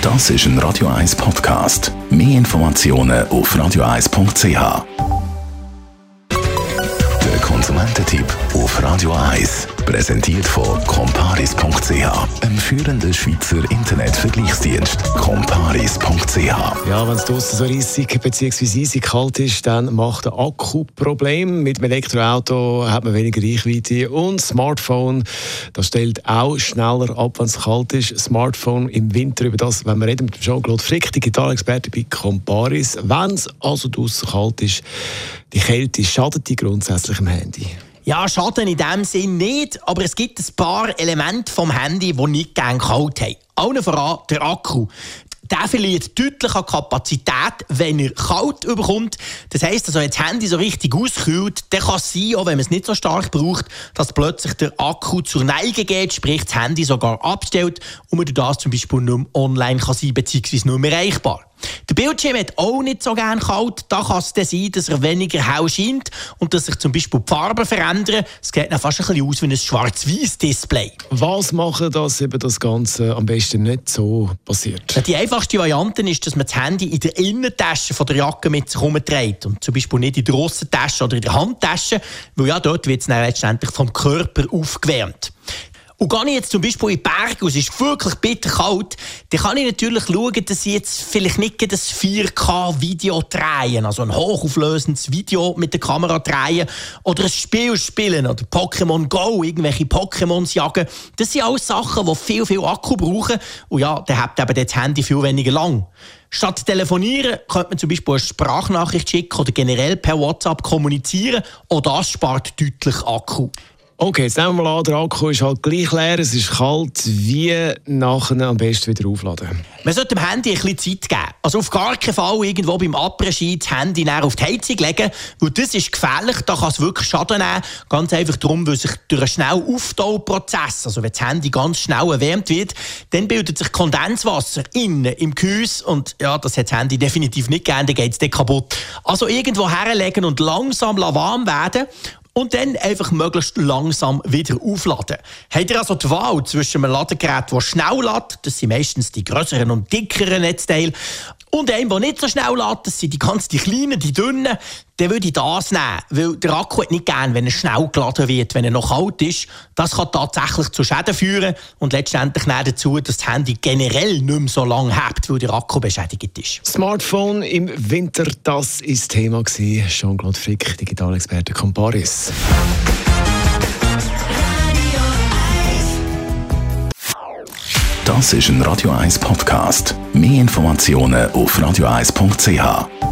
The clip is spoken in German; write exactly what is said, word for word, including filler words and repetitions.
Das ist ein Radio eins Podcast. Mehr Informationen auf radio eins punkt c h. Der Konsumententipp auf Radio eins. Präsentiert von comparis punkt c h, einem führenden Schweizer Internetvergleichsdienst. comparis punkt c h. Ja, wenn es draussen so riesig bzw. eisig kalt ist, dann macht der Akku Probleme. Mit dem Elektroauto hat man weniger Reichweite. Und Smartphone, das stellt auch schneller ab, wenn es kalt ist. Smartphone im Winter, über das wenn wir reden mit Jean-Claude Frick, Digitalexperte bei Comparis. Wenn es also draussen kalt ist, die Kälte schadet die grundsätzlich im Handy. Ja, Schaden in dem Sinn nicht, aber es gibt ein paar Elemente vom Handy, die nicht gerne kalt haben. Allen voran der Akku. Der verliert deutlich an Kapazität, wenn er kalt überkommt. Das heisst, also, wenn das Handy so richtig auskühlt, dann kann es sein, auch wenn man es nicht so stark braucht, dass plötzlich der Akku zur Neige geht, sprich das Handy sogar abstellt und man durch das zum Beispiel nicht mehr online kann sein bzw. nicht mehr erreichbar. Der Bildschirm hat auch nicht so gerne kalt. Da kann es dann sein, dass er weniger hell scheint und dass sich zum Beispiel die Farben verändern. Es sieht dann fast ein bisschen aus wie ein Schwarz-Weiß-Display. Was machen, dass eben das Ganze am besten nicht so passiert? Die einfachste Variante ist, dass man das Handy in der Innentasche von der Jacke mit sich herumträgt und zum Beispiel nicht in der Aussentasche oder in der Handtasche, weil ja, dort wird es dann letztendlich vom Körper aufgewärmt. Und gehe ich jetzt zum Beispiel in die Berge und es ist wirklich bitterkalt, dann kann ich natürlich schauen, dass ich jetzt vielleicht nicht das vier K-Video drehen, also ein hochauflösendes Video mit der Kamera drehen oder ein Spiel spielen oder Pokémon Go, irgendwelche Pokémons jagen. Das sind alles Sachen, die viel, viel Akku brauchen und ja, dann hat eben das Handy viel weniger lang. Statt telefonieren könnte man zum Beispiel eine Sprachnachricht schicken oder generell per WhatsApp kommunizieren. Auch das spart deutlich Akku. Okay, jetzt nehmen wir mal an, der Akku ist halt gleich leer, es ist kalt. Wie nachher am besten wieder aufladen? Man sollte dem Handy ein bisschen Zeit geben. Also auf gar keinen Fall irgendwo beim Après-Ski das Handy näher auf die Heizung legen, weil das ist gefährlich, da kann es wirklich Schaden nehmen. Ganz einfach darum, weil sich durch einen schnellen Auftauen-Prozess, also wenn das Handy ganz schnell erwärmt wird, dann bildet sich Kondenswasser innen im Gehäuse und ja, das hat das Handy definitiv nicht gern, dann geht es dann kaputt. Also irgendwo herlegen und langsam warm werden. Und dann einfach möglichst langsam wieder aufladen. Habt ihr also die Wahl zwischen einem Ladegerät, das schnell lädt, das sind meistens die grösseren und dickeren Netzteile, und einem, der nicht so schnell lädt, das sind die ganz die kleinen, die dünnen, dann würde ich das nehmen. Weil der Akku hat nicht gern, wenn er schnell geladen wird, wenn er noch kalt ist. Das kann tatsächlich zu Schäden führen und letztendlich dazu, dass das Handy generell nicht mehr so lange hält, weil der Akku beschädigt ist. Smartphone im Winter, das war das Thema. Jean-Claude Frick, Digitalexperte Comparis. Das ist ein Radio eins Podcast. Mehr Informationen auf radio eins punkt c h.